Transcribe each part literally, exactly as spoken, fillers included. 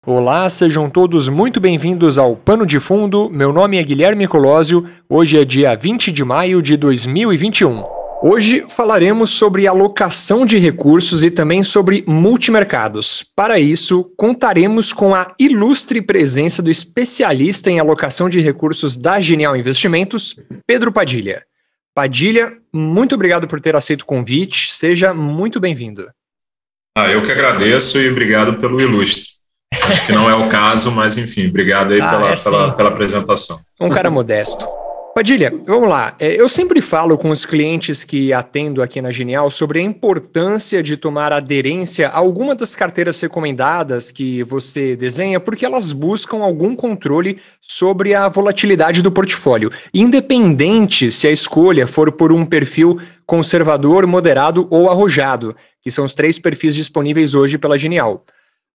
Olá, sejam todos muito bem-vindos ao Pano de Fundo. Meu nome é Guilherme Colosio. Hoje é dia vinte de maio de dois mil e vinte e um. Hoje falaremos sobre alocação de recursos e também sobre multimercados. Para isso, contaremos com a ilustre presença do especialista em alocação de recursos da Genial Investimentos, Pedro Padilha. Padilha, muito obrigado por ter aceito o convite. Seja muito bem-vindo. Ah, eu que agradeço e obrigado pelo ilustre. Acho que não é o caso, mas enfim, obrigado aí ah, pela, é pela, pela apresentação. Um cara modesto. Padilha, vamos lá. Eu sempre falo com os clientes que atendo aqui na Genial sobre a importância de tomar aderência a alguma das carteiras recomendadas que você desenha, porque elas buscam algum controle sobre a volatilidade do portfólio, independente se a escolha for por um perfil conservador, moderado ou arrojado, que são os três perfis disponíveis hoje pela Genial.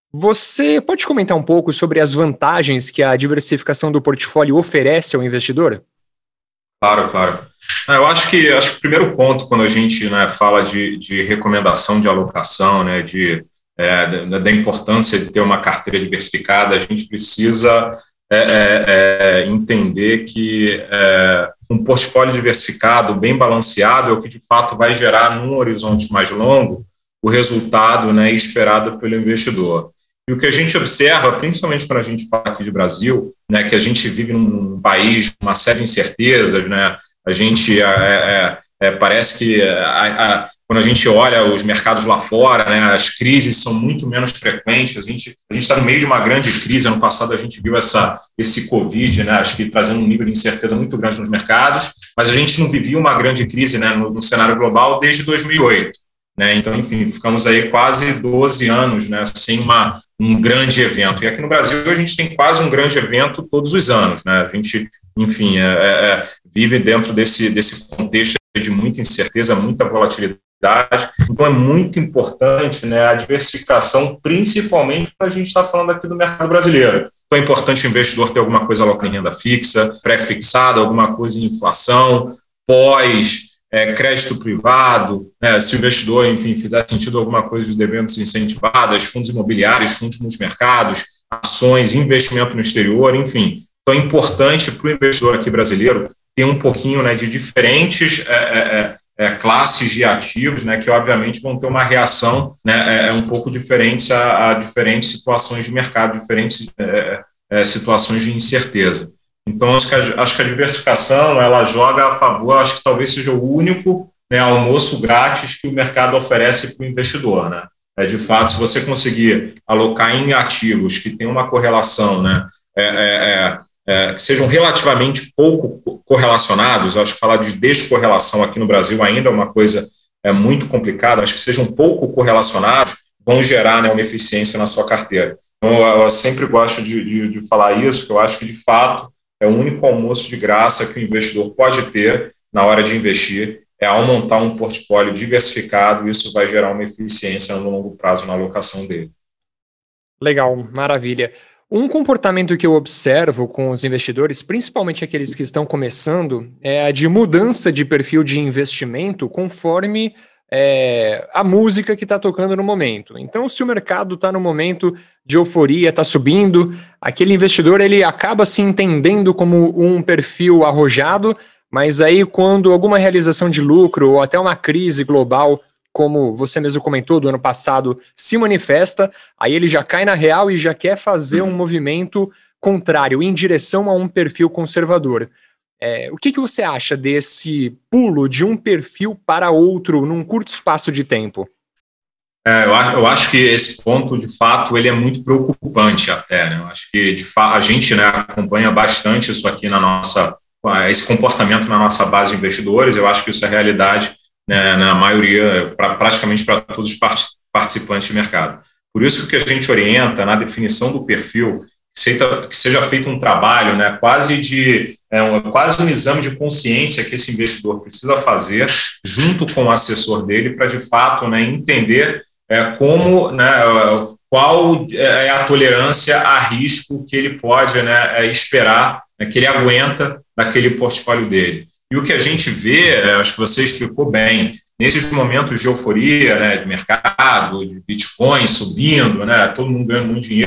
Você pode comentar um pouco sobre as vantagens que a diversificação do portfólio oferece ao investidor? Claro, claro. Eu acho que, acho que o primeiro ponto, quando a gente né, fala de, de recomendação de alocação, né, de, é, da, da importância de ter uma carteira diversificada, a gente precisa é, é, é, entender que é, um portfólio diversificado, bem balanceado, é o que de fato vai gerar, num horizonte mais longo, o resultado né, esperado pelo investidor. E o que a gente observa, principalmente quando a gente fala aqui de Brasil, né, que a gente vive num país com uma série de incertezas, né, a gente é, é, é, parece que a, a, quando a gente olha os mercados lá fora, né, as crises são muito menos frequentes. A gente a gente está no meio de uma grande crise. Ano passado a gente viu essa, esse Covid, né, acho que trazendo um nível de incerteza muito grande nos mercados, mas a gente não vivia uma grande crise né, no, no cenário global desde dois mil e oito. Né, então, enfim, ficamos aí quase doze anos né, sem uma, um grande evento. E aqui no Brasil a gente tem quase um grande evento todos os anos. Né? A gente, enfim, é, é, vive dentro desse, desse contexto de muita incerteza, muita volatilidade. Então é muito importante né, a diversificação, principalmente quando a gente está falando aqui do mercado brasileiro. Então é importante o investidor ter alguma coisa alocada em renda fixa, pré-fixada, alguma coisa em inflação, pós... É, crédito privado, né, se o investidor, enfim, fizer sentido alguma coisa de debêntures incentivadas, fundos imobiliários, fundos multimercados, ações, investimento no exterior, enfim. Então é importante para o investidor aqui brasileiro ter um pouquinho né, de diferentes é, é, é, classes de ativos, né, que obviamente vão ter uma reação né, é, um pouco diferente a, a diferentes situações de mercado, diferentes é, é, situações de incerteza. Então, acho que, a, acho que a diversificação, ela joga a favor, acho que talvez seja o único né, almoço grátis que o mercado oferece para o investidor. Né? É, de fato, se você conseguir alocar em ativos que têm uma correlação, né, é, é, é, que sejam relativamente pouco correlacionados, acho que falar de descorrelação aqui no Brasil ainda é uma coisa é, muito complicada, acho que sejam pouco correlacionados, vão gerar né, uma eficiência na sua carteira. Então, eu, eu sempre gosto de, de, de falar isso, que eu acho que, de fato, é o único almoço de graça que o investidor pode ter na hora de investir, é ao montar um portfólio diversificado, isso vai gerar uma eficiência no longo prazo na alocação dele. Legal, maravilha. Um comportamento que eu observo com os investidores, principalmente aqueles que estão começando, é a de mudança de perfil de investimento conforme é, a música que está tocando no momento. Então, se o mercado está no momento de euforia, está subindo, aquele investidor ele acaba se entendendo como um perfil arrojado, mas aí quando alguma realização de lucro ou até uma crise global, como você mesmo comentou do ano passado, se manifesta, aí ele já cai na real e já quer fazer um movimento contrário, em direção a um perfil conservador. É, o que, que você acha desse pulo de um perfil para outro num curto espaço de tempo? É, eu, eu acho que esse ponto, de fato, ele é muito preocupante até. Né? Eu acho que de fa- a gente né, acompanha bastante isso aqui na nossa, esse comportamento na nossa base de investidores. Eu acho que isso é realidade né, na maioria, pra, praticamente para todos os part- participantes de mercado. Por isso que a gente orienta na definição do perfil que seja feito um trabalho, né, quase, de, é, um, quase um exame de consciência que esse investidor precisa fazer junto com o assessor dele para, de fato, né, entender é, como, né, qual é a tolerância a risco que ele pode né, esperar, né, que ele aguenta naquele portfólio dele. E o que a gente vê, acho que você explicou bem, nesses momentos de euforia né, de mercado, de Bitcoin subindo, né, todo mundo ganhando muito dinheiro,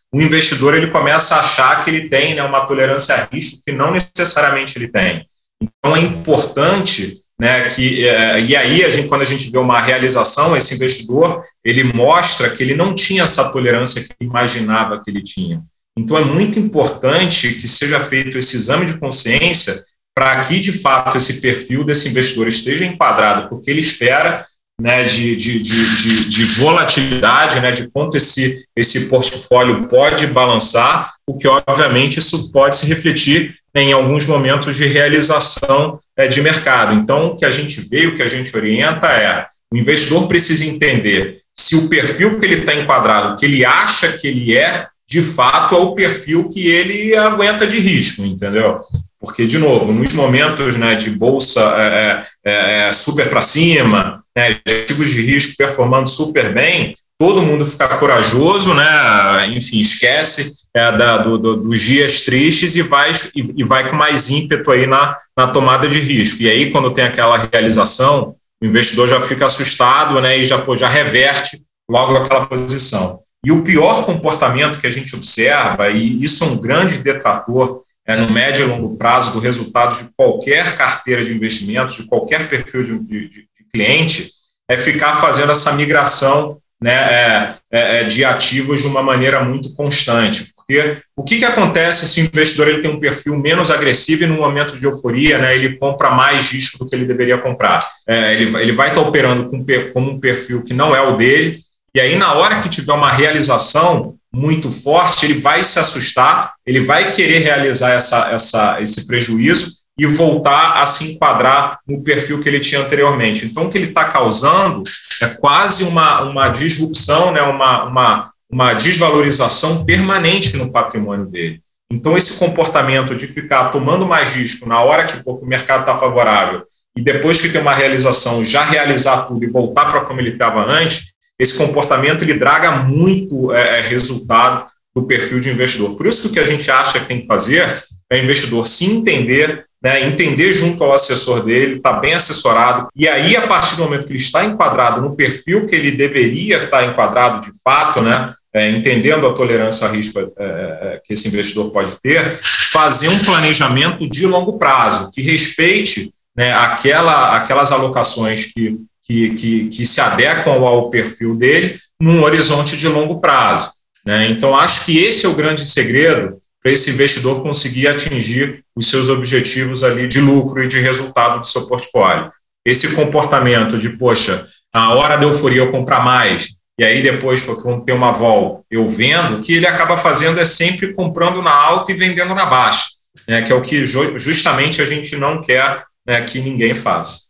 o investidor ele começa a achar que ele tem, né, uma tolerância a risco que não necessariamente ele tem. Então, é importante, né, que, e aí, a gente, quando a gente vê uma realização, esse investidor, ele mostra que ele não tinha essa tolerância que ele imaginava que ele tinha. Então, é muito importante que seja feito esse exame de consciência para que, de fato, esse perfil desse investidor esteja enquadrado, porque ele espera, né, de, de, de, de volatilidade, né, de quanto esse, esse portfólio pode balançar, o que, obviamente, isso pode se refletir em alguns momentos de realização é, de mercado. Então, o que a gente vê, o que a gente orienta é o investidor precisa entender se o perfil que ele está enquadrado, que ele acha que ele é, de fato, é o perfil que ele aguenta de risco, entendeu? Porque, de novo, nos momentos, né, de bolsa é, é, super para cima, né, ativos de risco performando super bem, todo mundo fica corajoso, né, enfim, esquece é, da, do, do, dos dias tristes e vai, e, e vai com mais ímpeto aí na, na tomada de risco. E aí, quando tem aquela realização, o investidor já fica assustado, né, e já, pô, já reverte logo aquela posição. E o pior comportamento que a gente observa, e isso é um grande detrator é, no médio e longo prazo do resultado de qualquer carteira de investimentos, de qualquer perfil de, de, de cliente, é ficar fazendo essa migração, né, é, é, de ativos de uma maneira muito constante. Porque o que, que acontece se o investidor ele tem um perfil menos agressivo e no momento de euforia, né, ele compra mais risco do que ele deveria comprar? É, ele, ele vai estar operando com, como um perfil que não é o dele, e aí, na hora que tiver uma realização muito forte, ele vai se assustar, ele vai querer realizar essa, essa, esse prejuízo e voltar a se enquadrar no perfil que ele tinha anteriormente. Então, o que ele está causando é quase uma, uma disrupção, né, uma, uma, uma desvalorização permanente no patrimônio dele. Então, esse comportamento de ficar tomando mais risco na hora que pô, o mercado está favorável e depois que tem uma realização, já realizar tudo e voltar para como ele estava antes, esse comportamento ele draga muito é, resultado do perfil de investidor. Por isso que o que a gente acha que tem que fazer é o investidor se entender, né, entender junto ao assessor dele, estar bem assessorado, e aí, a partir do momento que ele está enquadrado no perfil que ele deveria estar enquadrado de fato, né, é, entendendo a tolerância a risco é, que esse investidor pode ter, fazer um planejamento de longo prazo, que respeite, né, aquela, aquelas alocações que Que, que, que se adequam ao perfil dele num horizonte de longo prazo, né? Então, acho que esse é o grande segredo para esse investidor conseguir atingir os seus objetivos ali de lucro e de resultado do seu portfólio. Esse comportamento de, poxa, a hora da euforia eu comprar mais, e aí depois, quando tem uma vol, eu vendo, o que ele acaba fazendo é sempre comprando na alta e vendendo na baixa, né? Que é o que justamente a gente não quer, né, que ninguém faça.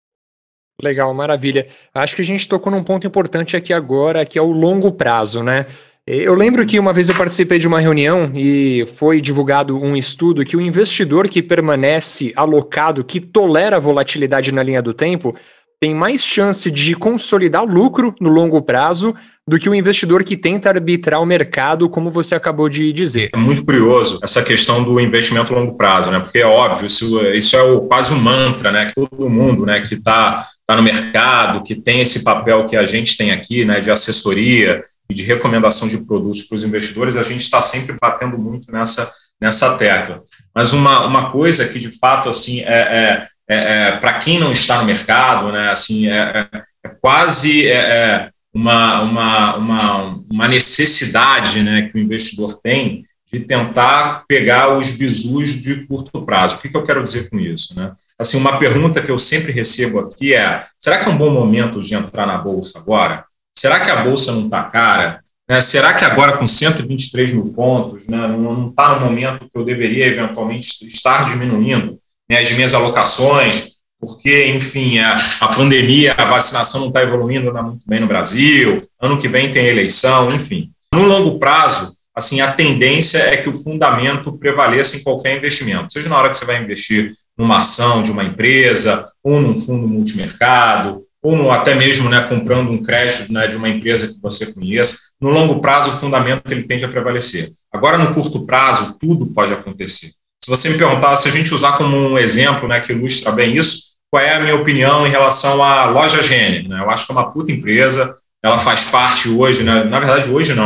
Legal, maravilha. Acho que a gente tocou num ponto importante aqui agora, que é o longo prazo, né? Eu lembro que uma vez eu participei de uma reunião e foi divulgado um estudo que o investidor que permanece alocado, que tolera a volatilidade na linha do tempo, tem mais chance de consolidar lucro no longo prazo do que o investidor que tenta arbitrar o mercado, como você acabou de dizer. É muito curioso essa questão do investimento a longo prazo, né? Porque é óbvio, isso, isso é o, quase um mantra, né? Que todo mundo, né, que está tá no mercado, que tem esse papel que a gente tem aqui, né, de assessoria e de recomendação de produtos para os investidores, a gente está sempre batendo muito nessa, nessa tecla. Mas uma, uma coisa que, de fato, assim, é, é, é, é para quem não está no mercado, né, assim, é, é, é quase é, é uma, uma, uma, uma necessidade, né, que o investidor tem de tentar pegar os bizus de curto prazo. O que, que eu quero dizer com isso, né? Assim, uma pergunta que eu sempre recebo aqui é: será que é um bom momento de entrar na Bolsa agora? Será que a Bolsa não está cara? Né? Será que agora com cento e vinte e três mil pontos, né, não está no momento que eu deveria eventualmente estar diminuindo, né, as minhas alocações? Porque, enfim, a, a pandemia, a vacinação não está evoluindo muito bem no Brasil, ano que vem tem eleição, enfim. No longo prazo, assim, a tendência é que o fundamento prevaleça em qualquer investimento, seja na hora que você vai investir numa ação de uma empresa, ou num fundo multimercado, ou no, até mesmo, né, comprando um crédito, né, de uma empresa que você conheça. No longo prazo, o fundamento ele tende a prevalecer. Agora, no curto prazo, tudo pode acontecer. Se você me perguntar, se a gente usar como um exemplo, né, que ilustra bem isso, qual é a minha opinião em relação à Lojas Renner, né? Eu acho que é uma puta empresa, ela faz parte hoje, né, na verdade hoje não,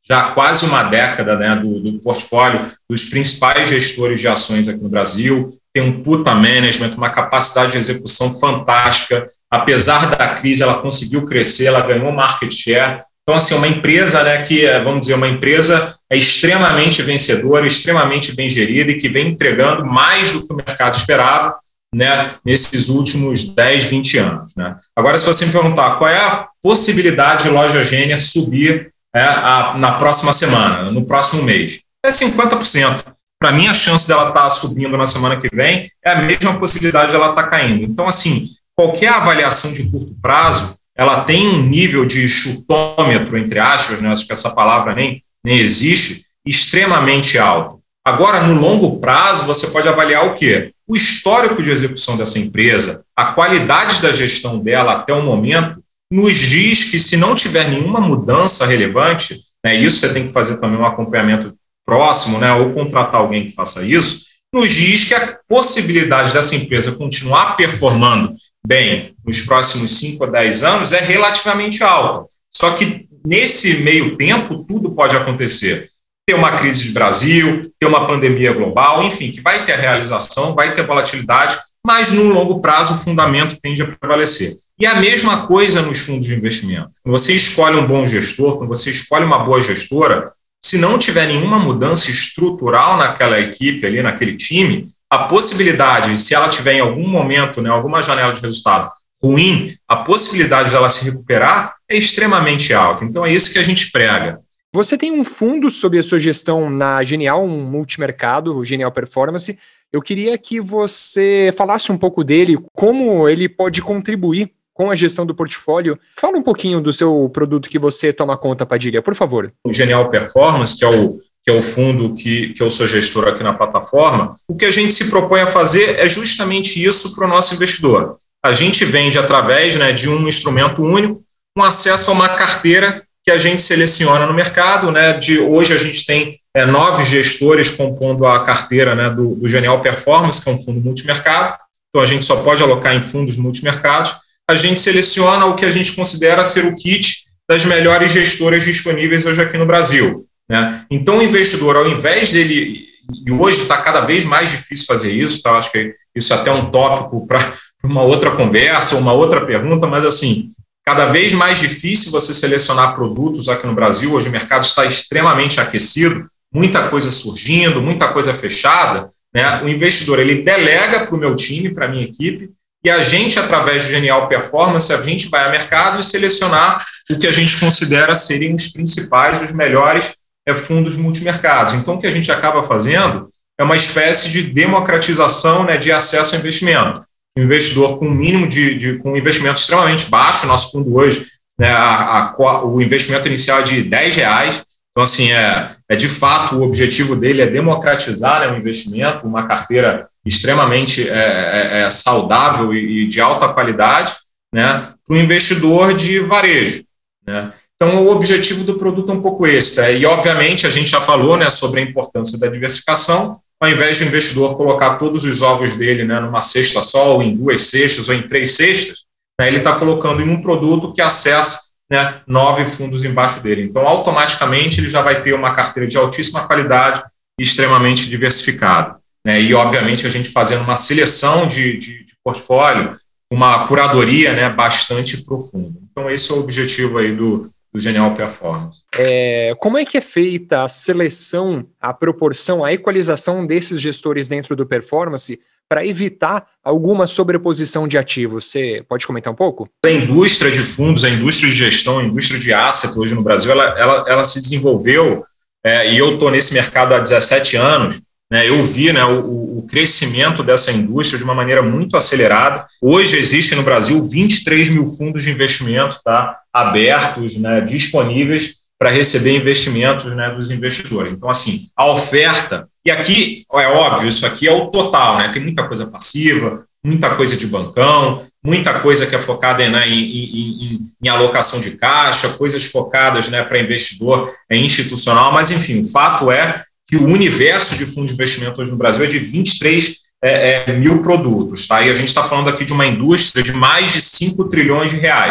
já há quase uma década, né, do, do portfólio dos principais gestores de ações aqui no Brasil, tem um puta management, uma capacidade de execução fantástica. Apesar da crise, ela conseguiu crescer, ela ganhou market share. Então, assim, uma empresa, né, que, vamos dizer, uma empresa é extremamente vencedora, extremamente bem gerida e que vem entregando mais do que o mercado esperava, né, nesses últimos dez, vinte anos. Né. Agora, se você me perguntar qual é a possibilidade de Loja Renner subir é, a, na próxima semana, no próximo mês, é cinquenta por cento. Para mim, a chance dela estar subindo na semana que vem é a mesma possibilidade dela estar caindo. Então, assim, qualquer avaliação de curto prazo, ela tem um nível de chutômetro, entre aspas, né, acho que essa palavra nem, nem existe, extremamente alto. Agora, no longo prazo, você pode avaliar o quê? O histórico de execução dessa empresa, a qualidade da gestão dela até o momento, nos diz que se não tiver nenhuma mudança relevante, né, isso você tem que fazer também um acompanhamento próximo, né, ou contratar alguém que faça isso, nos diz que a possibilidade dessa empresa continuar performando bem nos próximos cinco a dez anos é relativamente alta. Só que nesse meio tempo tudo pode acontecer. Ter uma crise de Brasil, ter uma pandemia global, enfim, que vai ter realização, vai ter volatilidade, mas no longo prazo o fundamento tende a prevalecer. E a mesma coisa nos fundos de investimento. Quando você escolhe um bom gestor, quando você escolhe uma boa gestora, se não tiver nenhuma mudança estrutural naquela equipe, ali naquele time, a possibilidade, se ela tiver em algum momento, né, alguma janela de resultado ruim, a possibilidade dela se recuperar é extremamente alta. Então é isso que a gente prega. Você tem um fundo sob a sua gestão na Genial, um multimercado, o Genial Performance. Eu queria que você falasse um pouco dele, como ele pode contribuir com a gestão do portfólio. Fala um pouquinho do seu produto que você toma conta, Padilha, por favor. O Genial Performance, que é o, que é o fundo que, que eu sou gestor aqui na plataforma, o que a gente se propõe a fazer é justamente isso para o nosso investidor. A gente vende através, né, de um instrumento único, um acesso a uma carteira que a gente seleciona no mercado. Né, de hoje a gente tem é, nove gestores compondo a carteira, né, do, do Genial Performance, que é um fundo multimercado. Então a gente só pode alocar em fundos multimercados. A gente seleciona o que a gente considera ser o kit das melhores gestoras disponíveis hoje aqui no Brasil. Né? Então, o investidor, ao invés dele, e hoje está cada vez mais difícil fazer isso, tá? Acho que isso é até um tópico para uma outra conversa, uma outra pergunta, mas assim, cada vez mais difícil você selecionar produtos aqui no Brasil. Hoje o mercado está extremamente aquecido, muita coisa surgindo, muita coisa fechada. Né? O investidor, ele delega para o meu time, para a minha equipe, e a gente, através do Genial Performance, a gente vai ao mercado e selecionar o que a gente considera serem os principais, os melhores é, fundos multimercados. Então, o que a gente acaba fazendo é uma espécie de democratização, né, de acesso ao investimento. O investidor com um mínimo de, de com um investimento extremamente baixo, nosso fundo hoje, né, a, a, o investimento inicial é de dez reais. Então, assim, é, é de fato, o objetivo dele é democratizar, né, o investimento, uma carteira extremamente é, é, é saudável e, e de alta qualidade, né, para o investidor de varejo. Né. Então, o objetivo do produto é um pouco esse. Tá? E, obviamente, a gente já falou, né, sobre a importância da diversificação. Ao invés do investidor colocar todos os ovos dele, né, numa cesta só, ou em duas cestas, ou em três cestas, né, ele está colocando em um produto que acessa, né, nove fundos embaixo dele. Então, automaticamente, ele já vai ter uma carteira de altíssima qualidade e extremamente diversificada. Né? E, obviamente, a gente fazendo uma seleção de, de, de portfólio, uma curadoria, né, bastante profunda. Então, esse é o objetivo aí do, do Genial Performance. É, como é que é feita a seleção, a proporção, a equalização desses gestores dentro do Performance para evitar alguma sobreposição de ativos? Você pode comentar um pouco? A indústria de fundos, a indústria de gestão, a indústria de asset hoje no Brasil, ela, ela, ela se desenvolveu, é, e eu estou nesse mercado há dezessete anos, né, eu vi, né, o, o crescimento dessa indústria de uma maneira muito acelerada. Hoje existem no Brasil vinte e três mil fundos de investimento, tá, abertos, né, disponíveis para receber investimentos, né, dos investidores. Então, assim, a oferta, e aqui é óbvio, isso aqui é o total, né, tem muita coisa passiva, muita coisa de bancão, muita coisa que é focada, né, em, em, em, em alocação de caixa, coisas focadas, né, para investidor é, institucional, mas, enfim, o fato é que o universo de fundo de investimento hoje no Brasil é de vinte e três é, é, mil produtos. Tá? E a gente está falando aqui de uma indústria de mais de cinco trilhões de reais.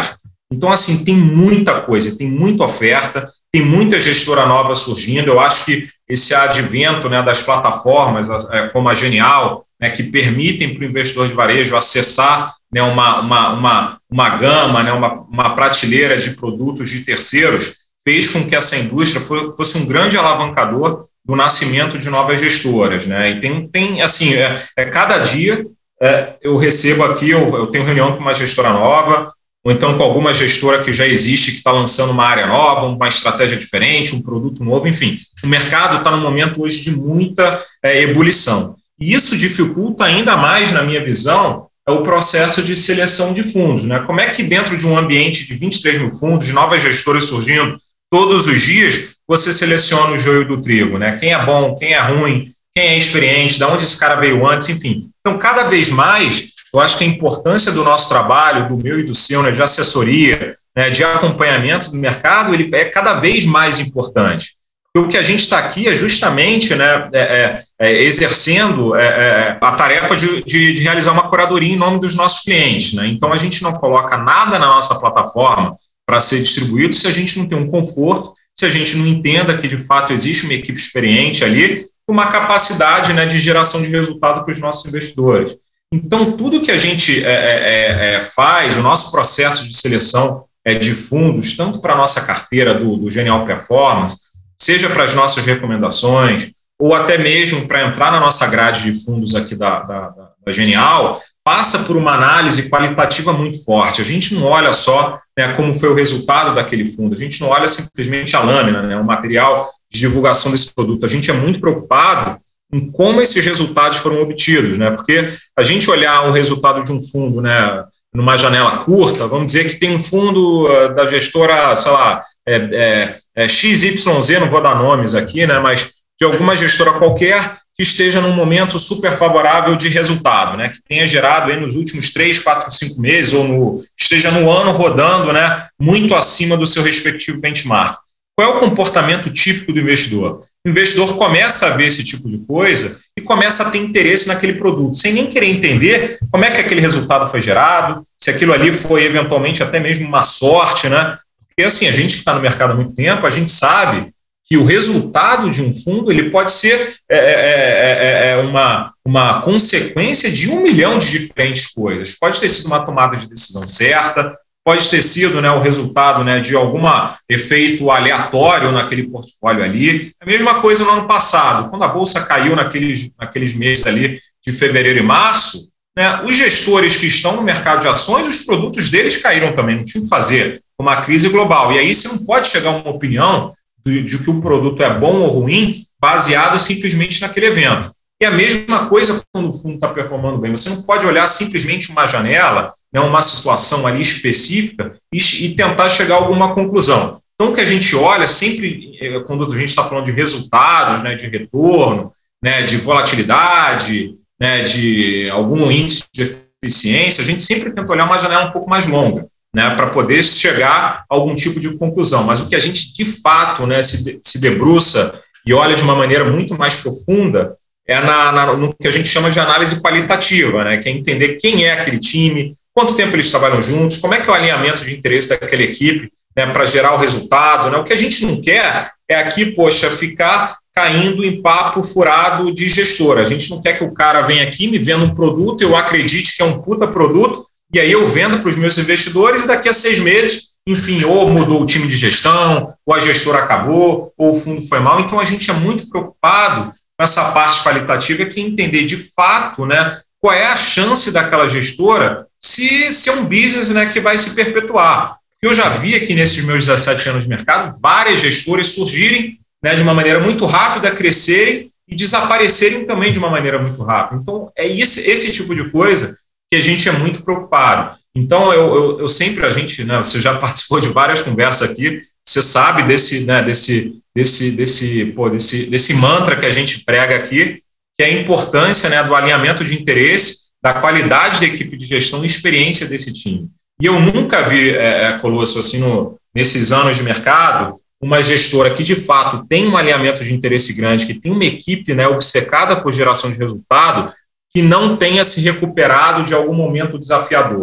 Então, assim, tem muita coisa, tem muita oferta, tem muita gestora nova surgindo. Eu acho que esse advento, né, das plataformas, como a Genial, né, que permitem para o investidor de varejo acessar, né, uma, uma, uma, uma gama, né, uma, uma prateleira de produtos de terceiros, fez com que essa indústria fosse um grande alavancador do nascimento de novas gestoras, né? E tem, tem assim, é, é cada dia é, eu recebo aqui, eu, eu tenho reunião com uma gestora nova, ou então com alguma gestora que já existe, que está lançando uma área nova, uma estratégia diferente, um produto novo, enfim. O mercado está num momento hoje de muita é, ebulição. E isso dificulta ainda mais, na minha visão, o processo de seleção de fundos, né? Como é que dentro de um ambiente de vinte e três mil fundos, de novas gestoras surgindo todos os dias, você seleciona o joio do trigo, né? Quem é bom, quem é ruim, quem é experiente, de onde esse cara veio antes, enfim. Então, cada vez mais, eu acho que a importância do nosso trabalho, do meu e do seu, né, de assessoria, né, de acompanhamento do mercado, ele é cada vez mais importante. Porque o que a gente está aqui é justamente, né, é, é, é, exercendo é, é, a tarefa de, de, de realizar uma curadoria em nome dos nossos clientes, né? Então, a gente não coloca nada na nossa plataforma para ser distribuído se a gente não tem um conforto, se a gente não entenda que, de fato, existe uma equipe experiente ali, uma capacidade, né, de geração de resultado para os nossos investidores. Então, tudo que a gente é, é, é, faz, o nosso processo de seleção é, de fundos, tanto para a nossa carteira do, do Genial Performance, seja para as nossas recomendações, ou até mesmo para entrar na nossa grade de fundos aqui da, da, da Genial, passa por uma análise qualitativa muito forte. A gente não olha só, né, como foi o resultado daquele fundo, a gente não olha simplesmente a lâmina, né, o material de divulgação desse produto. A gente é muito preocupado em como esses resultados foram obtidos, né, porque a gente olhar o resultado de um fundo, né, numa janela curta, vamos dizer que tem um fundo uh, da gestora, sei lá, é, é, é X Y Z, não vou dar nomes aqui, né, mas de alguma gestora qualquer que esteja num momento super favorável de resultado, né, que tenha gerado aí nos últimos três, quatro, cinco meses, ou no, esteja no ano rodando, né, muito acima do seu respectivo benchmark. Qual é o comportamento típico do investidor? O investidor começa a ver esse tipo de coisa e começa a ter interesse naquele produto, sem nem querer entender como é que aquele resultado foi gerado, se aquilo ali foi eventualmente até mesmo uma sorte, né? Porque assim, a gente que está no mercado há muito tempo, a gente sabe que o resultado de um fundo ele pode ser é, é, é, uma, uma consequência de um milhão de diferentes coisas. Pode ter sido uma tomada de decisão certa, pode ter sido, né, o resultado, né, de algum efeito aleatório naquele portfólio ali. A mesma coisa no ano passado, quando a Bolsa caiu naqueles, naqueles meses ali de fevereiro e março, né, os gestores que estão no mercado de ações, os produtos deles caíram também, não tinha o que fazer, uma crise global. E aí você não pode chegar a uma opinião de, de que o produto é bom ou ruim baseado simplesmente naquele evento. E a mesma coisa quando o fundo está performando bem. Você não pode olhar simplesmente uma janela, né, uma situação ali específica e, e tentar chegar a alguma conclusão. Então, o que a gente olha sempre, quando a gente está falando de resultados, né, de retorno, né, de volatilidade, né, de algum índice de eficiência, a gente sempre tenta olhar uma janela um pouco mais longa, né, para poder chegar a algum tipo de conclusão. Mas o que a gente, de fato, né, se, de, se debruça e olha de uma maneira muito mais profunda é na, na, no que a gente chama de análise qualitativa, né, que é entender quem é aquele time, quanto tempo eles trabalham juntos, como é que é o alinhamento de interesse daquela equipe, né, para gerar o resultado, né? O que a gente não quer é aqui, poxa, ficar caindo em papo furado de gestor. A gente não quer que o cara venha aqui, me venda um produto, eu acredite que é um puta produto, e aí eu vendo para os meus investidores e daqui a seis meses, enfim, ou mudou o time de gestão, ou a gestora acabou, ou o fundo foi mal. Então, a gente é muito preocupado com essa parte qualitativa, que é entender de fato, né, qual é a chance daquela gestora se, se é um business, né, que vai se perpetuar. Eu já vi aqui nesses meus dezessete anos de mercado várias gestoras surgirem, né, de uma maneira muito rápida, crescerem e desaparecerem também de uma maneira muito rápida. Então, é esse, esse tipo de coisa que a gente é muito preocupado. Então, eu, eu, eu sempre, a gente, né, você já participou de várias conversas aqui, você sabe desse, né, desse, desse, desse, pô, desse, desse mantra que a gente prega aqui, que é a importância, né, do alinhamento de interesse, da qualidade da equipe de gestão e experiência desse time. E eu nunca vi, é, Colosso, assim, no, nesses anos de mercado, uma gestora que, de fato, tem um alinhamento de interesse grande, que tem uma equipe, né, obcecada por geração de resultado, que não tenha se recuperado de algum momento desafiador.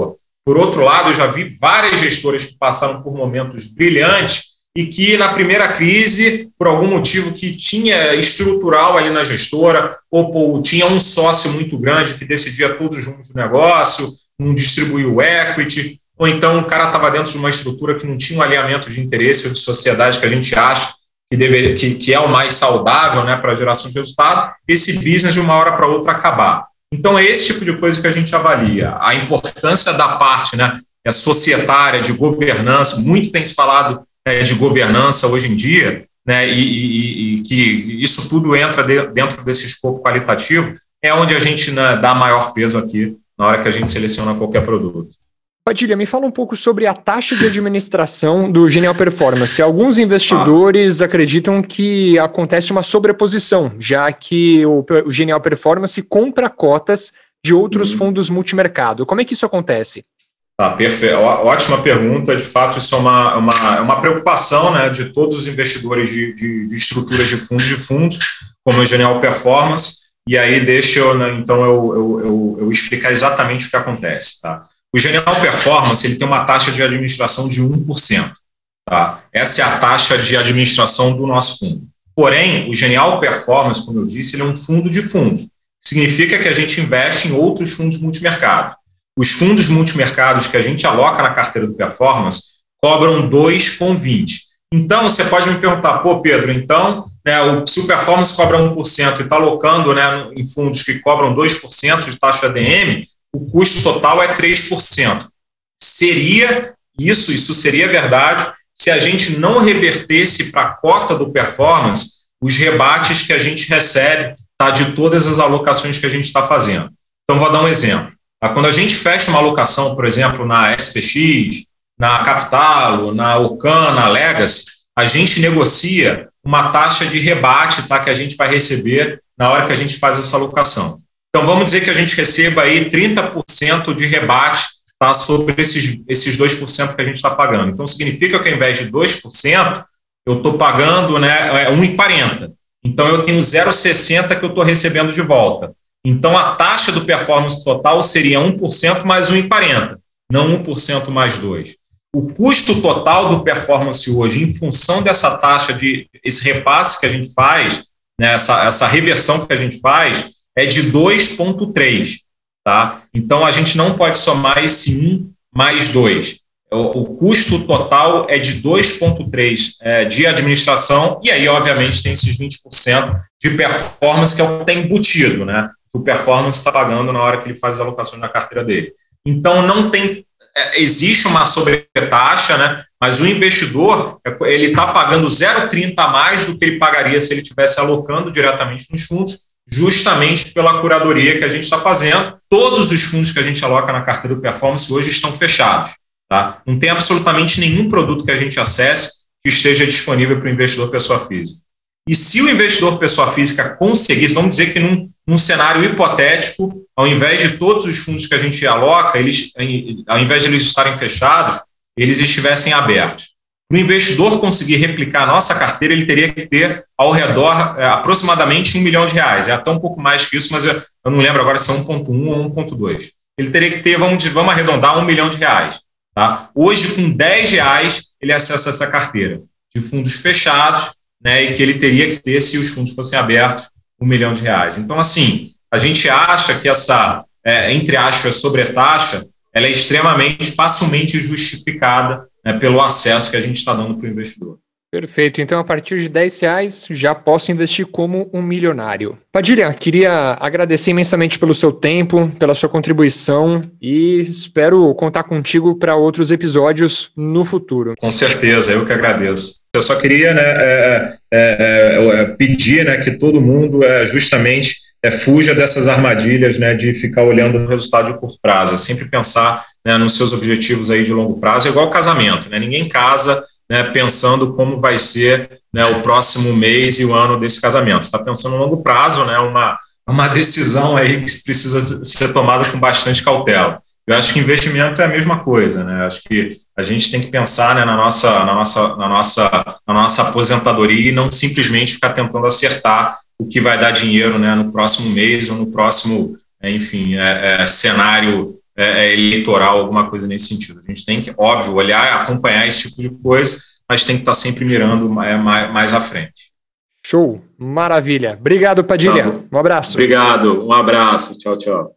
Por outro lado, eu já vi várias gestoras que passaram por momentos brilhantes e que na primeira crise, por algum motivo que tinha estrutural ali na gestora, ou, ou tinha um sócio muito grande que decidia todos os rumos do negócio, não distribuía o equity, ou então o cara estava dentro de uma estrutura que não tinha um alinhamento de interesse ou de sociedade que a gente acha que, deveria, que, que é o mais saudável, né, para a geração de resultado, esse business de uma hora para outra acabar. Então é esse tipo de coisa que a gente avalia. A importância da parte, né, é societária, de governança, muito tem se falado é, de governança hoje em dia, né, e, e, e que isso tudo entra de, dentro desse escopo qualitativo, é onde a gente, né, dá maior peso aqui na hora que a gente seleciona qualquer produto. Padilha, me fala um pouco sobre a taxa de administração do Genial Performance. Alguns investidores ah. acreditam que acontece uma sobreposição, já que o, o Genial Performance compra cotas de outros hum. fundos multimercado. Como é que isso acontece? Ah, perfeito. Ótima pergunta. De fato, isso é uma, uma, uma preocupação, né, de todos os investidores de, de, de estruturas de fundos de fundos, como o Genial Performance. E aí, deixa eu, né, então, eu, eu, eu, eu explicar exatamente o que acontece, tá? O Genial Performance ele tem uma taxa de administração de um por cento. Tá? Essa é a taxa de administração do nosso fundo. Porém, o Genial Performance, como eu disse, ele é um fundo de fundos. Significa que a gente investe em outros fundos multimercado. Os fundos multimercados que a gente aloca na carteira do Performance cobram dois vírgula vinte. Então, você pode me perguntar, pô, Pedro, então, né, o, se o Performance cobra um por cento e está alocando, né, em fundos que cobram dois por cento de taxa A D M, o custo total é três por cento. Seria isso, isso seria verdade, se a gente não revertesse para a cota do Performance os rebates que a gente recebe, tá, de todas as alocações que a gente está fazendo. Então, vou dar um exemplo. Tá? Quando a gente fecha uma alocação, por exemplo, na S P X, na Capitalo, na Ocan, na Legacy, a gente negocia uma taxa de rebate, tá, que a gente vai receber na hora que a gente faz essa alocação. Então, vamos dizer que a gente receba aí trinta por cento de rebate, tá, sobre esses, esses dois por cento que a gente está pagando. Então, significa que ao invés de dois por cento, eu estou pagando, né, um vírgula quarenta. Então, eu tenho zero vírgula sessenta que eu estou recebendo de volta. Então, a taxa do Performance total seria um por cento mais um vírgula quarenta, não um por cento mais dois por cento. O custo total do Performance hoje, em função dessa taxa, de esse repasse que a gente faz, né, essa, essa reversão que a gente faz, é de dois vírgula três, tá? Então, a gente não pode somar esse um mais dois. O, o custo total é de dois vírgula três é, de administração, e aí, obviamente, tem esses vinte por cento de performance, que é o que está embutido, né? Que o performance está pagando na hora que ele faz as alocações na carteira dele. Então, não tem... É, existe uma sobretaxa, né? Mas o investidor, ele está pagando zero vírgula trinta a mais do que ele pagaria se ele estivesse alocando diretamente nos fundos, justamente pela curadoria que a gente está fazendo. Todos os fundos que a gente aloca na carteira do Performance hoje estão fechados. Tá? Não tem absolutamente nenhum produto que a gente acesse que esteja disponível para o investidor pessoa física. E se o investidor pessoa física conseguisse, vamos dizer que num, num cenário hipotético, ao invés de todos os fundos que a gente aloca, eles, ao invés de eles estarem fechados, eles estivessem abertos. Para o investidor conseguir replicar a nossa carteira, ele teria que ter ao redor é, aproximadamente um milhão de reais. É até um pouco mais que isso, mas eu, eu não lembro agora se é um vírgula um ou um vírgula dois. Ele teria que ter, vamos, vamos arredondar, um milhão de reais. Tá? Hoje, com dez reais, ele acessa essa carteira de fundos fechados, né, e que ele teria que ter, se os fundos fossem abertos, um milhão de reais. Então, assim, a gente acha que essa, é, entre aspas, sobretaxa, ela é extremamente, facilmente justificada, né, pelo acesso que a gente está dando para o investidor. Perfeito. Então, a partir de dez reais, já posso investir como um milionário. Padilha, queria agradecer imensamente pelo seu tempo, pela sua contribuição e espero contar contigo para outros episódios no futuro. Com certeza, eu que agradeço. Eu só queria, né, é, é, é, pedir, né, que todo mundo é, justamente é, fuja dessas armadilhas, né, de ficar olhando o resultado de curto prazo. É sempre pensar, né, nos seus objetivos aí de longo prazo. É igual casamento, né? Ninguém casa, né, pensando como vai ser, né, o próximo mês e o ano desse casamento. Você está pensando no longo prazo, né, uma, uma decisão aí que precisa ser tomada com bastante cautela. Eu acho que investimento é a mesma coisa, né? Acho que a gente tem que pensar, né, na, nossa, na, nossa, na, nossa, na nossa aposentadoria e não simplesmente ficar tentando acertar o que vai dar dinheiro, né, no próximo mês ou no próximo, enfim, é, é, cenário é, eleitoral, alguma coisa nesse sentido. A gente tem que, óbvio, olhar, acompanhar esse tipo de coisa, mas tem que estar sempre mirando mais, mais à frente. Show, maravilha. Obrigado, Padilha. Um abraço. Obrigado, um abraço. Tchau, tchau.